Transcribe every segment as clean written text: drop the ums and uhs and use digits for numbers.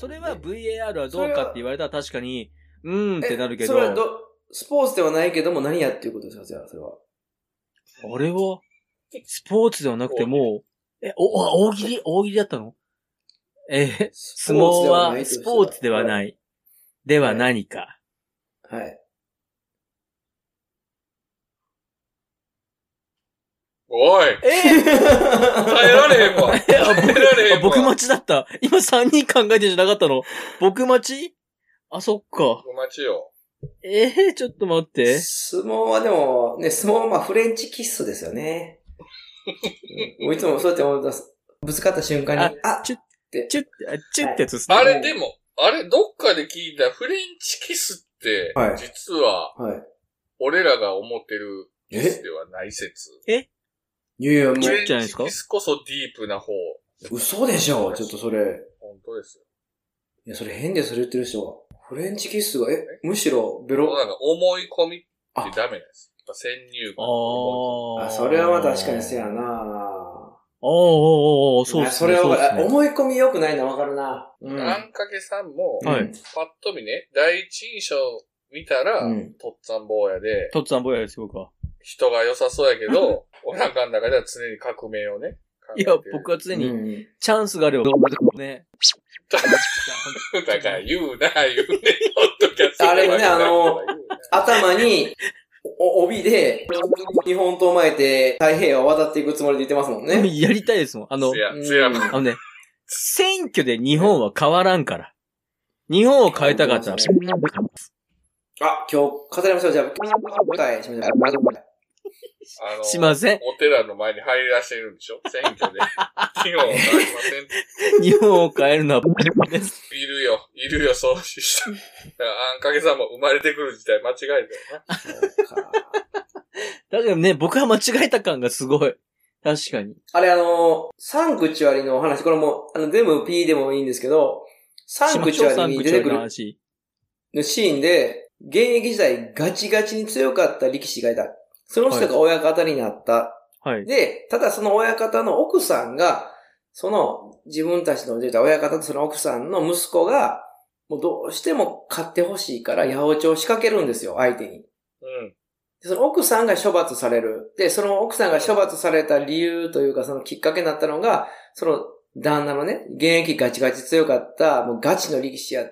それは VAR はどうかって言われたら確かに、ってなるけど。 それはスポーツではないけども何やっていうことですか、じゃあ、それは。 あれは、スポーツではなくてもう、大喜利だったの？相撲はスポーツではない。では何か。 はい。 おい耐えられへんわ。耐えられへんわ。 僕待ちだった。今3人考えてんじゃなかったの？僕待ち？あ、そっか。 僕待ちよ。 ちょっと待って。 相撲はでも、ね、相撲はまあフレンチキッスですよね。いつもそうやって思います。ぶつかった瞬間に、 チュッってやつですね。あれでも、どっかで聞いたフレンチキスって、実は、俺らが思ってるキスではない説。 いやいや、もう。 フレンチキスこそディープな方。 嘘でしょ、ちょっとそれ。 本当ですよ。 いや、それ変でそれ言ってる人は。フレンチキスが、むしろ、ベロ。 なんか思い込みってダメなんです。先入観。 それはまあ確かにせやなそうっすね。 それは、思い込み良くないのわかるな。 あんかけさんも、パッと見ね、第一印象見たら、とっつぁん坊やで。 とっつぁん坊やです、僕は。 人が良さそうやけど、お腹の中では常に革命をね。 いや、僕は常に、チャンスがあれば、ね。 だから言うね、ほっときゃあれね、頭に、帯で、日本刀巻いて太平洋を渡っていくつもりで言ってますもんね。 やりたいですもん。ね、選挙で日本は変わらんから。日本を変えたかったら。 今日、語りましょう。じゃあ、 しません。 お寺の前に入り出してるんでしょ？選挙で。日本を変えません。 日本を変えるのはです。 いるよ、そうしした。だからあんかけさんも生まれてくる時代間違えたよな。 確かにね、僕は間違えた感がすごい。確かに。 あれサンクチュアリの話、これも、全部 P でもいいんですけど、サンクチュアリに出てくるのシーンで、現役時代ガチガチに強かった力士がいた。その人が親方になった。 はい。 で、ただその親方の奥さんが、その自分たちの出た親方とその奥さんの息子が、もうどうしても勝ってほしいから八百長を仕掛けるんですよ、相手に。でその奥さんが処罰される。で、その奥さんが処罰された理由というかそのきっかけになったのが、その旦那のね、現役ガチガチ強かった、もうガチの力士やった、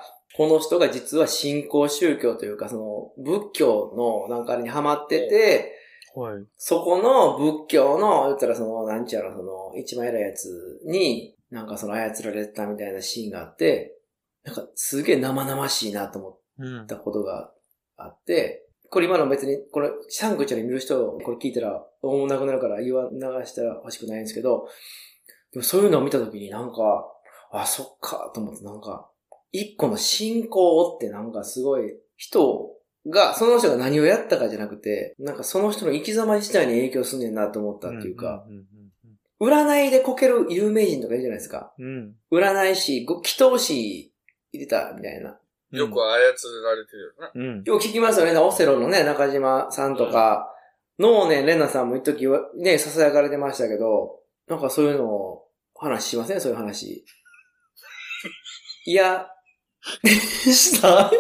この人が実は新興宗教というか、その仏教のなんかあれにハマってて、そこの仏教の、言ったらその、なんちゃらその、一番偉いやつに、なんかその操られたみたいなシーンがあって、なんかすげえ生々しいなと思ったことがあって、これ今の別に、これ、サンクチュアリ見る人、これ聞いたら、思うなくなるから流したら欲しくないんですけど、でもそういうのを見たときになんか、そっか、と思って、なんか、一個の信仰ってなんかすごい、その人が何をやったかじゃなくて、なんかその人の生き様自体に影響すんねんなと思ったっていうか、占いでこける有名人とかいるじゃないですか。占い師、祈祷師入れたみたいな。 よく操られてるよな。 よく聞きますよね。オセロのね、中島さんとか、能年玲奈さんも一時ね、囁かれてましたけど、なんかそういうのを話しません？そういう話。いや、した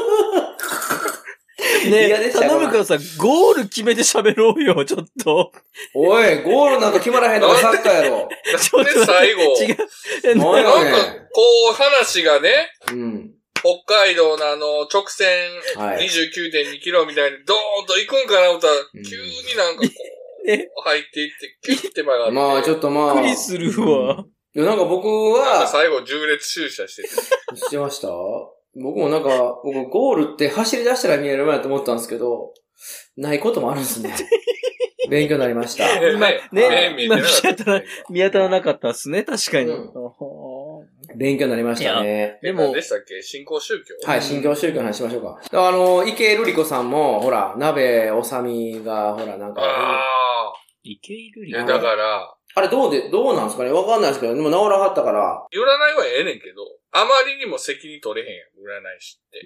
ねえ、頼むからさ、ゴール決めて喋ろうよ、ちょっと。 おい、ゴールなんか決まらへんのがサッカーやろ。 ちょっと最後。 違う。 なんか、こう、話がね、北海道の直線 29.2 キロみたいにドーンと行くんかな思ったら、急になんかこう、入っていって、キュッて曲がって。 まあ、ちょっとまあ。 びっくりするわ。 いや、なんか僕は。なんか最後、重列駐車してて。してました？僕もなんか、ゴールって走り出したら見える前だと思ったんですけど、ないこともあるんですね。勉強になりました。 今見当たらなかったですね、確かに。 勉強になりましたね。 でも、何でしたっけ？新興宗教？ はい、新興宗教の話しましょうか。池井瑠璃子さんも、ほら、鍋おさみが、ほら、なんか。 池井瑠璃子？ だから、 あれどうなんですかね？わかんないですけど、でも治らはったから。 占いはええねんけど、あまりにも責任取れへんやん、占い師って。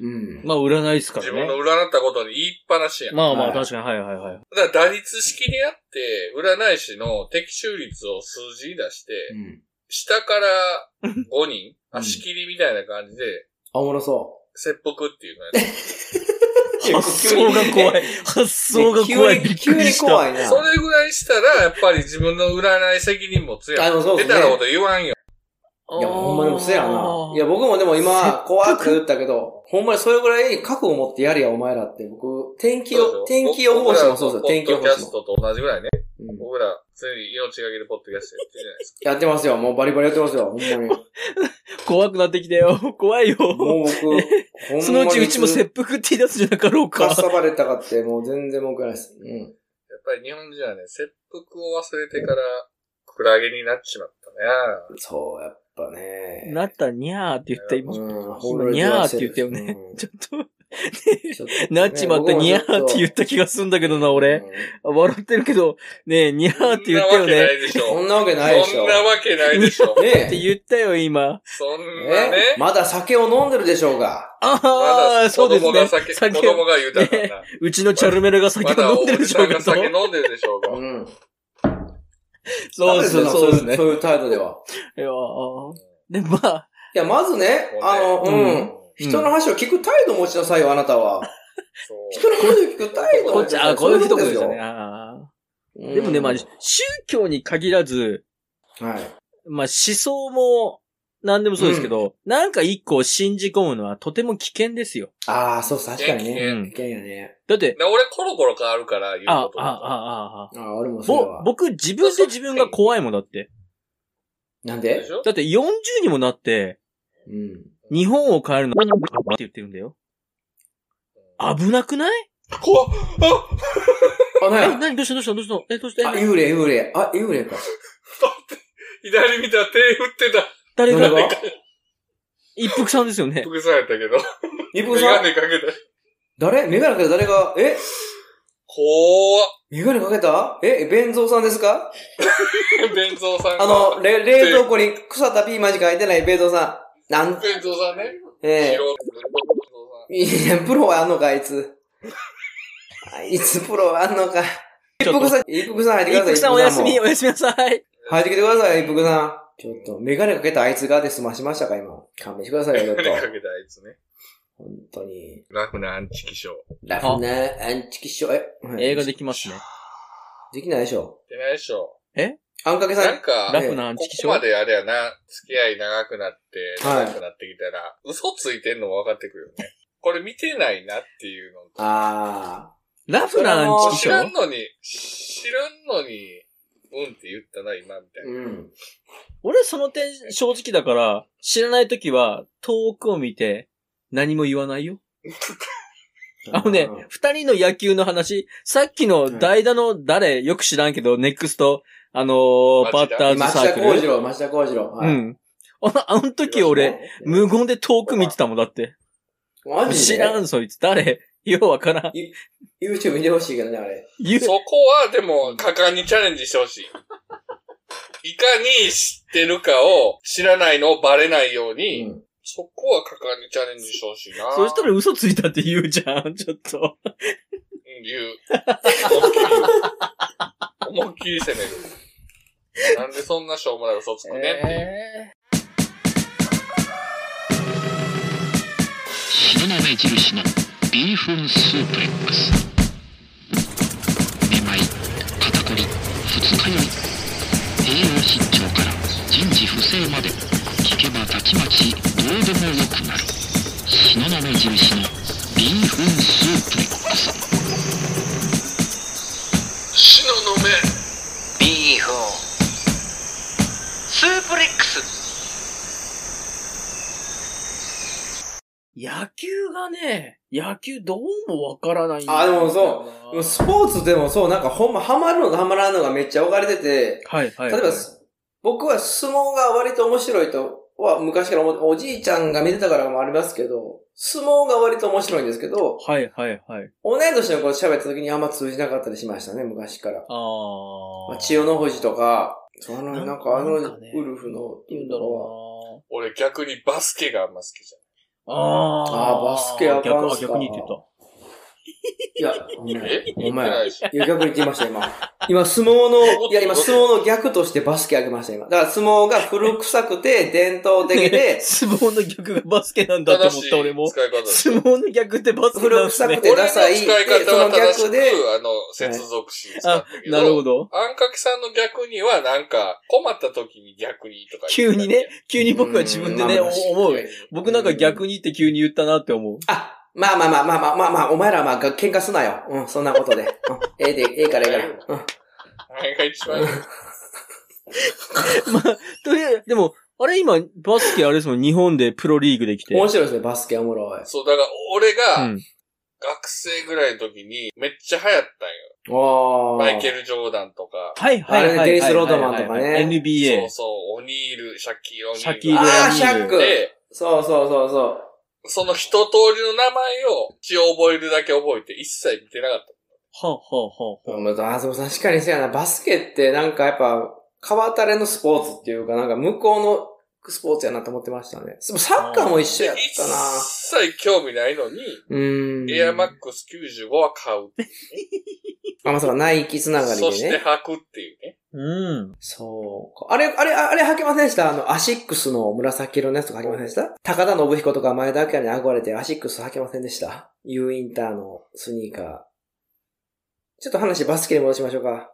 まあ、占いですからね。 自分の占ったことに言いっぱなしやん。 まあまあ、確かに、はい。 だから打率式でやって、占い師の的中率を数字に出して、 下から5人、足切りみたいな感じで、 おもろそう。 切腹っていうのやつ。 発想が怖い。発想が怖い。 急に怖いな。 それぐらいしたら、やっぱり自分の占い責任も強い。 そう下手なこと言わんよ。 いや、ほんまにもせやな。いや、僕もでも今、怖く言ったけど、ほんまにそれぐらい覚悟を持ってやれや、お前らって。僕、天気予報士もそうですよ、天気予報士も。ポッドキャストと同じぐらいね。僕ら、普通に命がけでポッドキャストやってるじゃないですか。 やってますよ、もうバリバリやってますよ、ほんまに。 怖くなってきたよ。怖いよ。 もう僕、ほんまに。 そのうちうちも切腹って言い出すじゃなかろうか。 かさばれたかって、もう全然文句ないです。うん。 やっぱり日本人はね、切腹を忘れてから、クラゲになっちまったね。 そう、やっぱね。 なったらニャーって言った今。今ニャーって言ったよね。ちょっと。なっちまったニャーって言った気がするんだけどな、俺。笑ってるけど、ねえ、ニャーって言ったよね。 そんなわけないでしょ。 そんなわけないでしょ。 ねえ。って言ったよ、今。 そんなね。 まだ酒を飲んでるでしょうが。 ああ、そうですね。 子供が言うたからな。 うちのチャルメラが酒を飲んでるでしょうが。 酒飲んでるでしょうが。 うん。 そうですね、そうですね。 そういう態度では。 いやで、まあ。 いや、まずね、人の話を聞く態度持ちなさいよ、あなたは。人の話を聞く態度持ちなさい。 こういう一言ですよね。でもね、まあ、宗教に限らず、 はい。 まあ、思想も、何でもそうですけど、なんか一個信じ込むのはとても危険ですよ。 ああ、そう、確かにね。危険やね。 だって、 俺コロコロ変わるから言うこと。 俺もそうだ。 僕自分で自分が怖いもんだって。 なんで？ だって40にもなって、日本を変えるのって言ってるんだよ。危なくない？ 怖っ！ 何どうしたどうした？ 幽霊。幽霊か。 左見たら手振ってた。 誰が一服さんですよね。 一服さんやったけど。 一服さん？ メガネかけた。 誰？メガネかけた誰が？ 怖っ。 メガネかけた？弁蔵さんですか？ 弁蔵さん。 冷蔵庫に腐ったピーマンしか入ってない弁蔵さん。 弁蔵さんね。 いや、プロはあんのか、あいつ。あいつプロはあんのか。一服さん入ってください。 一服さんおやすみなさい。 入ってきてください、一服さん。ちょっと、メガネかけたあいつがで済ましましたか、今。勘弁してくださいよ、ちょっと。 メガネかけたあいつね。 本当に。 ラフなアンチ気象。 ラフなアンチ気象。 映画できますね。 できないでしょ。 できないでしょ。 あんかけさん。 なんか、 ラフなアンチ気象。 ここまであれやな、付き合い長くなって、長くなってきたら、嘘ついてんのも分かってくるよね。これ見てないなっていうの。 ラフなアンチ気象。 知らんのに、って言ったな、今、みたいな。 俺その点正直だから、知らないときは遠くを見て何も言わないよ。二人の野球の話、さっきの代打の誰、よく知らんけど、ネクスト、バッターズサークル。 町田幸次郎。 あの時俺、無言で遠く見てたもんだって。 マジで？ 知らん、そいつ。誰？ようわからん。 YouTube 見てほしいけどね、あれ。 そこは、でも、果敢にチャレンジしてほしい。いかに知ってるかを知らないのをバレないように、そこは果敢にチャレンジしてほしいな。 そしたら嘘ついたって言うじゃん、ちょっと。 言う。思いっきり攻める。なんでそんなしょうもない嘘つくねっていう。 東雲印のビーフンスープレックス。めまい、肩こり、二日酔い、栄養失調から人事不正まで、聞けばたちまちどうでもよくなる。東雲印のビーフンスープレックス。 東雲ビーフンスープレックス。 野球どうもわからないんだよ。 でもそう。スポーツでもそう、なんかほんまハマるのとハマらんのがめっちゃ分かれてて。例えば、僕は相撲が割と面白いとは昔からおじいちゃんが見てたからもありますけど、相撲が割と面白いんですけど。同い年の子と喋った時にあんま通じなかったりしましたね、昔から。千代の富士とか、なんかウルフのっていうんだろう。俺逆にバスケがあんま好きじゃん。 バスケあかんすか。 逆に言ってた。 いや、お前。いや、逆に言ってました、今。 今相撲の逆としてバスケあげました、今。だから相撲が古臭くて伝統的で。 相撲の逆がバスケなんだって思った俺も。相撲の逆ってバスケなんですね。 古臭くてダサい。 俺の使い方は正しく、接続詞使ったけど。 なるほど。 あんかけさんの逆にはなんか、困った時に逆にとか急に僕は自分でね、思う。僕なんか逆にって急に言ったなって思う。 まあ、お前ら喧嘩すなよ。うん、そんなことで。ええから。 あれが一番いい。 まあ、とりあえず、でも、あれ今、バスケあれですもん、日本でプロリーグできて。 面白いですね、バスケおもろい。 そう、だから俺が、学生ぐらいの時にめっちゃ流行ったんよ。マイケル・ジョーダンとか。 はい。 デニス・ロードマンとかね。 NBA。 そう、オニール、シャキール・オニール。 シャキール・シャック。そう。 その一通りの名前を一応覚えるだけ覚えて一切見てなかった。 確かにそうやな。バスケってなんかやっぱ、川垂れのスポーツっていうか、なんか向こうのスポーツやなと思ってましたね。サッカーも一緒やったな。 一切興味ないのに、エアマックス95は買う。 そうか、ナイキつながりでね。 そして履くっていうね。 そうか。あれ履けませんでしたアシックスの紫色のやつとか履けませんでした高田信彦とか前田明に憧れてアシックス履けませんでしたユーインターのスニーカー。ちょっと話バスケに戻しましょうか。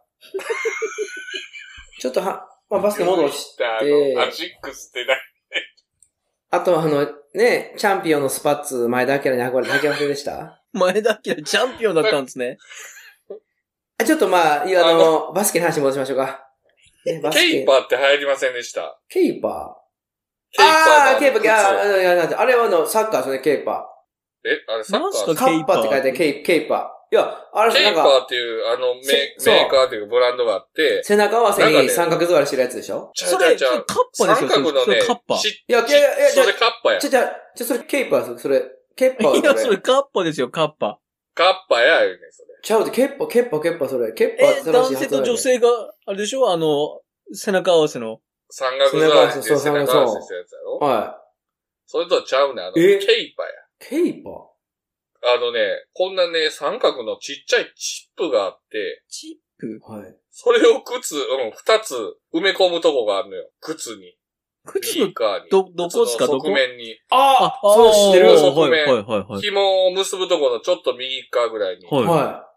ちょっとバスケ戻して。 アシックスって何？ あとチャンピオンのスパッツ前田明に憧れて履けませんでした前田明チャンピオンだったんですね。 ちょっとバスケの話戻しましょうか。 ケイパーって流行りませんでした？ ケイパー。ケイパー、あれはサッカーですね、ケイパー。あれサッカー？ カッパって書いてケイパー。いや、あれケイパーっていうメーカーっていうブランドがあって、 背中合わせに三角座りしてるやつでしょ？ それ、カッパですよ。 三角のね、 カッパ。 それカッパや。 それケイパーです。それ、ケッパー。 いや、それカッパですよ、カッパ。 カッパや、言うね、それ。 ちゃうで、ケッパ、それ。ケッパって男性と女性が、あれでしょ背中合わせの。 三角座りして背中合わせしたやつやろ？ はい。 それとはちゃうね、ケイパや。 ケイパー？ こんなね、三角のちっちゃいチップがあって、 チップ？ はい。 それを二つ埋め込むとこがあるのよ。靴に。 靴の、どこっすか？ 側面に。 そう知ってる。 側面。 はい。 紐を結ぶとこのちょっと右側ぐらいに。 はい。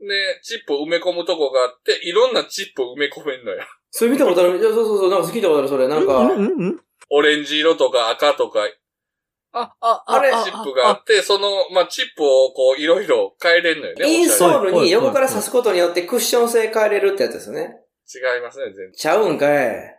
で、チップを埋め込むとこがあって、いろんなチップを埋め込めんのよ。 それ見たことある。そう、なんか聞いたことある、それ。なんか。 オレンジ色とか赤とか。 あれチップがあって、その、チップをこう、いろいろ変えれんのよね。 インソールに横から刺すことによってクッション性変えれるってやつですね。 違いますね、全然。 ちゃうんかい。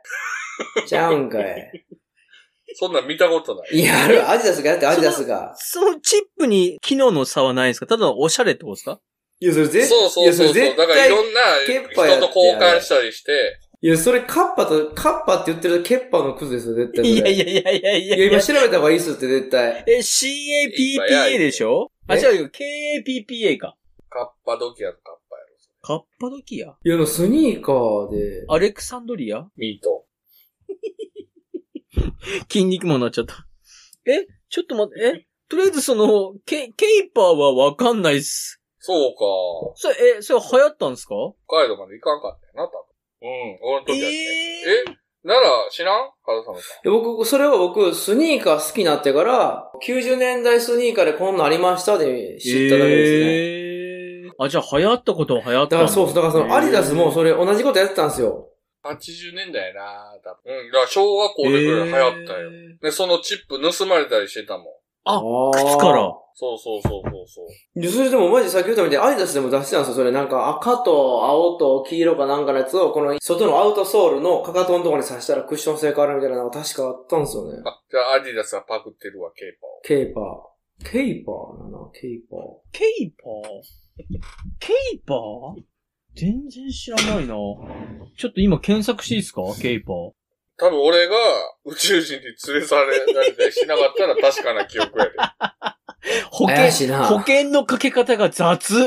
そんなん見たことない。 いや、アディダスがやって、アディダスが。 そのチップに機能の差はないですか？ただのおしゃれってことですか？ いや、それ絶対。そう。だからいろんな人と交換したりして。 いや、それカッパって言ってるケッパの靴ですよ、絶対。 いや。 いや、今調べた方がいいっすって、絶対。 CAPPA でしょ？違うよ、KAPPA か。 カッパドキアのカッパやろ。 カッパドキア？ いや、スニーカーで。 アレクサンドリア？ ミート。 筋肉もなっちゃった。ちょっと待って、とりあえずケイパーはわかんないっす。 そうか。 それ流行ったんですか？ 北海道まで行かんかったよな、多分。俺の時だって。なら、知らん？カズさんさん。 それは僕、スニーカー好きになってから、90年代スニーカーでこんなんありましたで知っただけですね。 じゃあ流行ったことは流行ったんだ。 だからそのアディダスもそれ同じことやってたんですよ。 80年代やな多分。だから小学校でくらい流行ったよ。で、そのチップ盗まれたりしてたもん。 靴から。 そう。 それでもマジさっき言ったみたいにアディダスでも出してたんですよ。それなんか赤と青と黄色かなんかのやつをこの外のアウトソールのかかとのところに刺したらクッション性変わるみたいなのが確かあったんですよね。 じゃあアディダスはパクってるわ、ケイパーを。 ケイパー全然知らないな。ちょっと今検索していいですか？ケイパー。 多分俺が宇宙人に連れ去られたりしなかったら確かな記憶やで。 保険のかけ方が雑。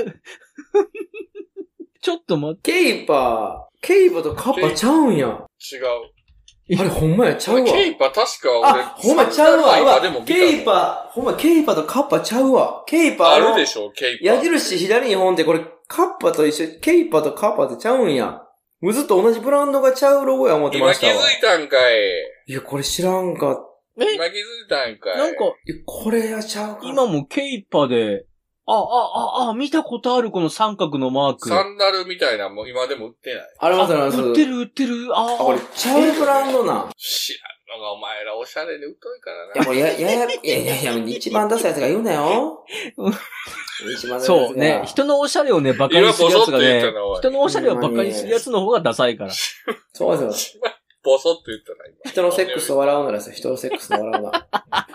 ちょっと待って。 ケイパーとカッパちゃうんや。 違う。 あれほんまやちゃうわ。 ケイパー確か俺。 ほんまちゃうわ。 でもケイパーとカッパちゃうわ。ケイパーあるでしょ、ケイパー。 矢印左に本ってこれカッパと一緒、ケイパとカッパってちゃうんや。ずっと同じブランドがちゃうロゴや思ってましたわ。 今気づいたんかい。 いや、これ知らんかった。 今気づいたんかい。 なんか、 これやちゃうか。 今もケイパで、見たことあるこの三角のマーク。 サンダルみたいなもん今でも売ってない。 あります売ってる。 これちゃうブランドな。 知らんのがお前らおしゃれで疎いからな。 いや、もう一番出したやつが言うなよ。一番出したやつが。 そうね。人のおしゃれをね、バカにするやつがね、人のおしゃれをバカにするやつの方がダサいから。 そうですよ。 ボソッと言ったな、今。 人のセックスと笑うなですよ。人のセックスと笑うな。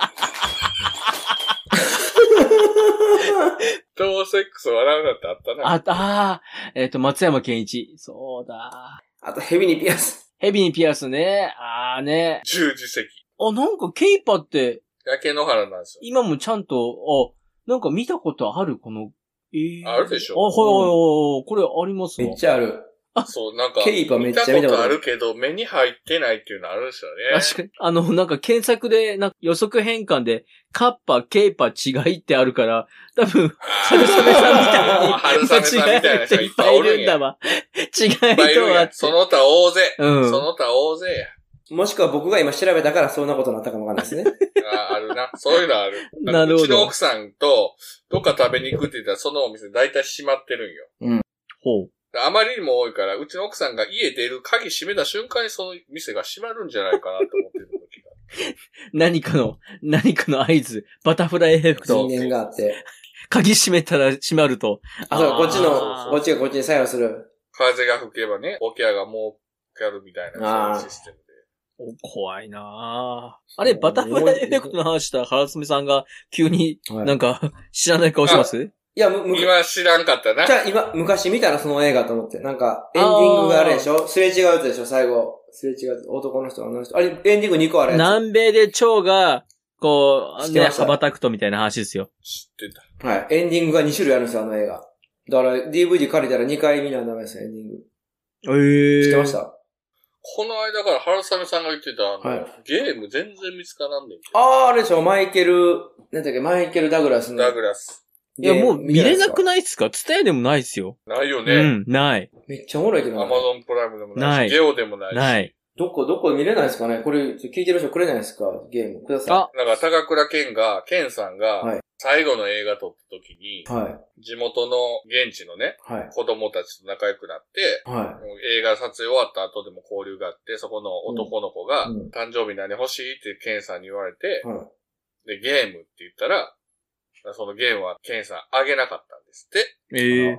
人のセックス笑うなってあったな。松山健一。そうだ。 あと、ヘビにピアス。 ヘビにピアスね。ね。 十字石。 なんかケイパって、 焼け野原なんですよ。 今もちゃんと、なんか見たことあるこの、 あるでしょ。 はい、これありますわ。 めっちゃある。 そう、なんか、 ケイパめっちゃ見たことあるけど、目に入ってないっていうのあるんですよね。 確かに。なんか検索で、予測変換で、カッパ、ケイパ、違いってあるから、多分、春雨さんみたいに、 春雨さんみたいな人いっぱいいるんだわ。 違いとは。 その他大勢。その他大勢や。 もしくは僕が今調べたからそんなことになったかもわかんないですね。 あるな。そういうのある。 なるほど。 うちの奥さんと、どっか食べに行くって言ったら、そのお店大体閉まってるんよ。 うん。 ほう。 あまりにも多いから、うちの奥さんが家出る鍵閉めた瞬間にその店が閉まるんじゃないかなと思ってる時が。 何かの合図、バタフライエフェクト。 人間があって。 鍵閉めたら閉まると。 そう、こっちがこっちに作用する。 風が吹けばね、オケアが儲かるみたいな、そういうシステムで。 怖いなぁ。あれ、バタフライエフェクトの話した原爪さんが急になんか知らない顔します？ いや、 今知らんかったな。 じゃあ昔見たらその映画と思って。なんか、エンディングがあるでしょ？すれ違うやつでしょ最後。すれ違う。男の人、女の人。あれ、エンディング2個あるやつ。 南米で蝶が、こう、ね、羽ばたくとみたいな話ですよ。 知ってた。はい。エンディングが2種類あるんですよ、あの映画。だから、DVD 借りたら2回見ないとダメですよ、エンディング。知ってました？ この間から原雨さんが言ってた、ゲーム全然見つからんねんけど。 あれでしょマイケルダグラスの。 ダグラス。 いや、もう見れなくないっすか？ツタヤでもないっすよ。 ないよね。 ない。 めっちゃおもろいけどアマゾンプライムでもないし、ゲオでもないし。 ない。 どこ見れないですかね？これ、聞いてる人くれないですか？ゲームください。なんか、高倉健さんが、最後の映画撮った時に、地元の現地のね、子供たちと仲良くなって、映画撮影終わった後でも交流があって、そこの男の子が、誕生日何欲しいって健さんに言われて、で、ゲームって言ったら、そのゲームはケンさんあげなかったんですって。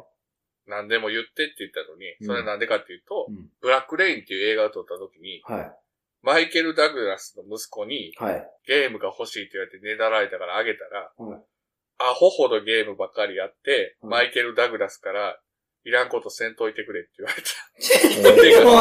何でも言ってって言ったのに、それなんでかっていうと、ブラックレインっていう映画を撮った時に、マイケル・ダグラスの息子に、ゲームが欲しいって言われてねだられたからあげたら、アホほどゲームばっかりやって、マイケル・ダグラスから、いらんことせんといてくれって言われた。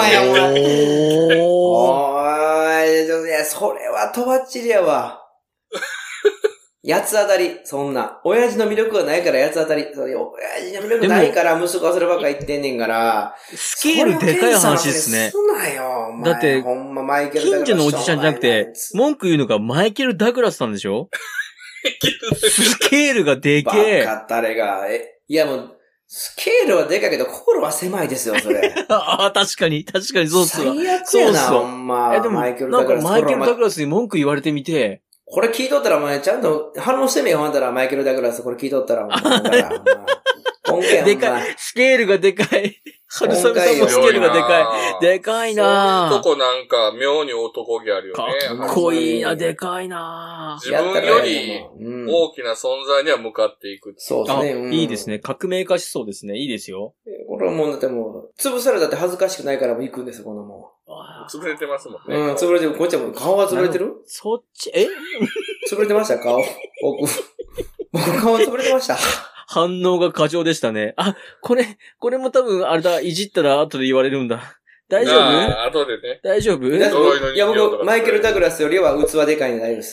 いや、それはとばっちりやわ。八つ当たり、そんな。親父の魅力がないから八つ当たり。親父の魅力ないから息子はそればっか言ってんねんから。 スケールでかい話ですね。 すなよ、お前。 だって、 ほんまマイケル・近所のおじちゃんじゃなくて、文句言うのがマイケル・ダグラスなんでしょ？スケールがでけえ。 バカ誰が。いやもう、スケールはでかいけど、心は狭いですよ、それ。 確かにそうっすわ。 最悪やな、ほんま。 でも、マイケル・ダグラスに文句言われてみて、 これ聞いとったらお前ちゃんと反応してみよ、ほんだらマイケル・ダグラスこれ聞いとったらでかい。スケールがでかい。春雨さんのスケールがでかい。でかいなぁ。そういうとこなんか妙に男気あるよね。 かっこいいな、でかいなぁ。自分より大きな存在には向かっていく。 そうですね。 いいですね。革命家思想ですね。いいですよ。 これはもうだってもう、潰されたって恥ずかしくないからもう行くんですよ、こんなもん。 潰れてますもんね。 潰れてる。こっちはもう顔が潰れてる？ そっち、 潰れてました顔。僕顔潰れてました。 反応が過剰でしたね。これも多分、あれだ、いじったら後で言われるんだ。大丈夫？ 後でね。 大丈夫？ いや、僕、マイケル・ダグラスよりは器でかいんで大丈夫です。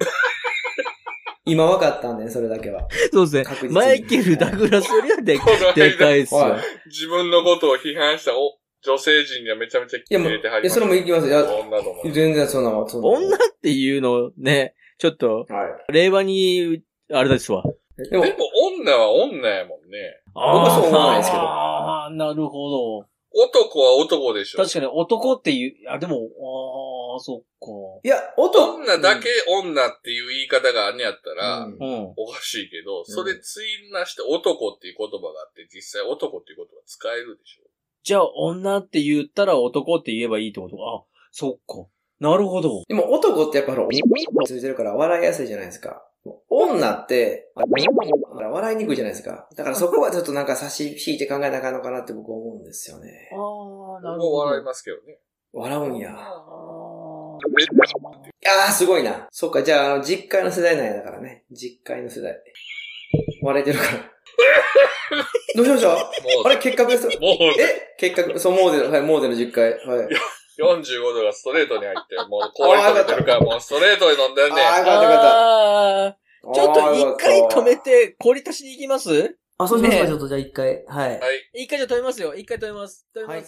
今分かったんで、それだけは。 そうですね。マイケル・ダグラスよりはでかいっすよ。 自分のことを批判した女性陣にはめちゃめちゃキレてはります。 いや、それもいきますよ。 女ども。 全然そんなもん。 女っていうのね、ちょっと、令和に、あれですわ。 でも女は女やもんね。 僕はそう思わないですけど。 ああ、なるほど。 男は男でしょ。 確かに男っていう、でも、そっか。 いや、 女だけ女っていう言い方があんねやったら、おかしいけど、それついなして男っていう言葉があって、実際男っていう言葉使えるでしょ。 じゃあ、女って言ったら男って言えばいいってことか。そっか。なるほど。 でも男ってやっぱついてるから笑いやすいじゃないですか。女って、笑いにくいじゃないですか。だからそこはちょっとなんか差し引いて考えなあかんのかなって僕は思うんですよね。 なるほど。笑いますけどね。 笑うんや。いやー、すごいな。そっか、じゃあ、実家の世代なんやだからね。実家の世代。笑えてるから。どうしましたあれ、結核です。結核、そう、モーデル、はい、モーデル実家。はい。 45度がストレートに入って、もう氷止めてるから、もうストレートに飲んでんねん。 よかった。 ちょっと一回止めて、氷足しに行きます？ そうしますか、ちょっとじゃあ一回。はい。 一回じゃ止めますよ。一回止めます。止めます。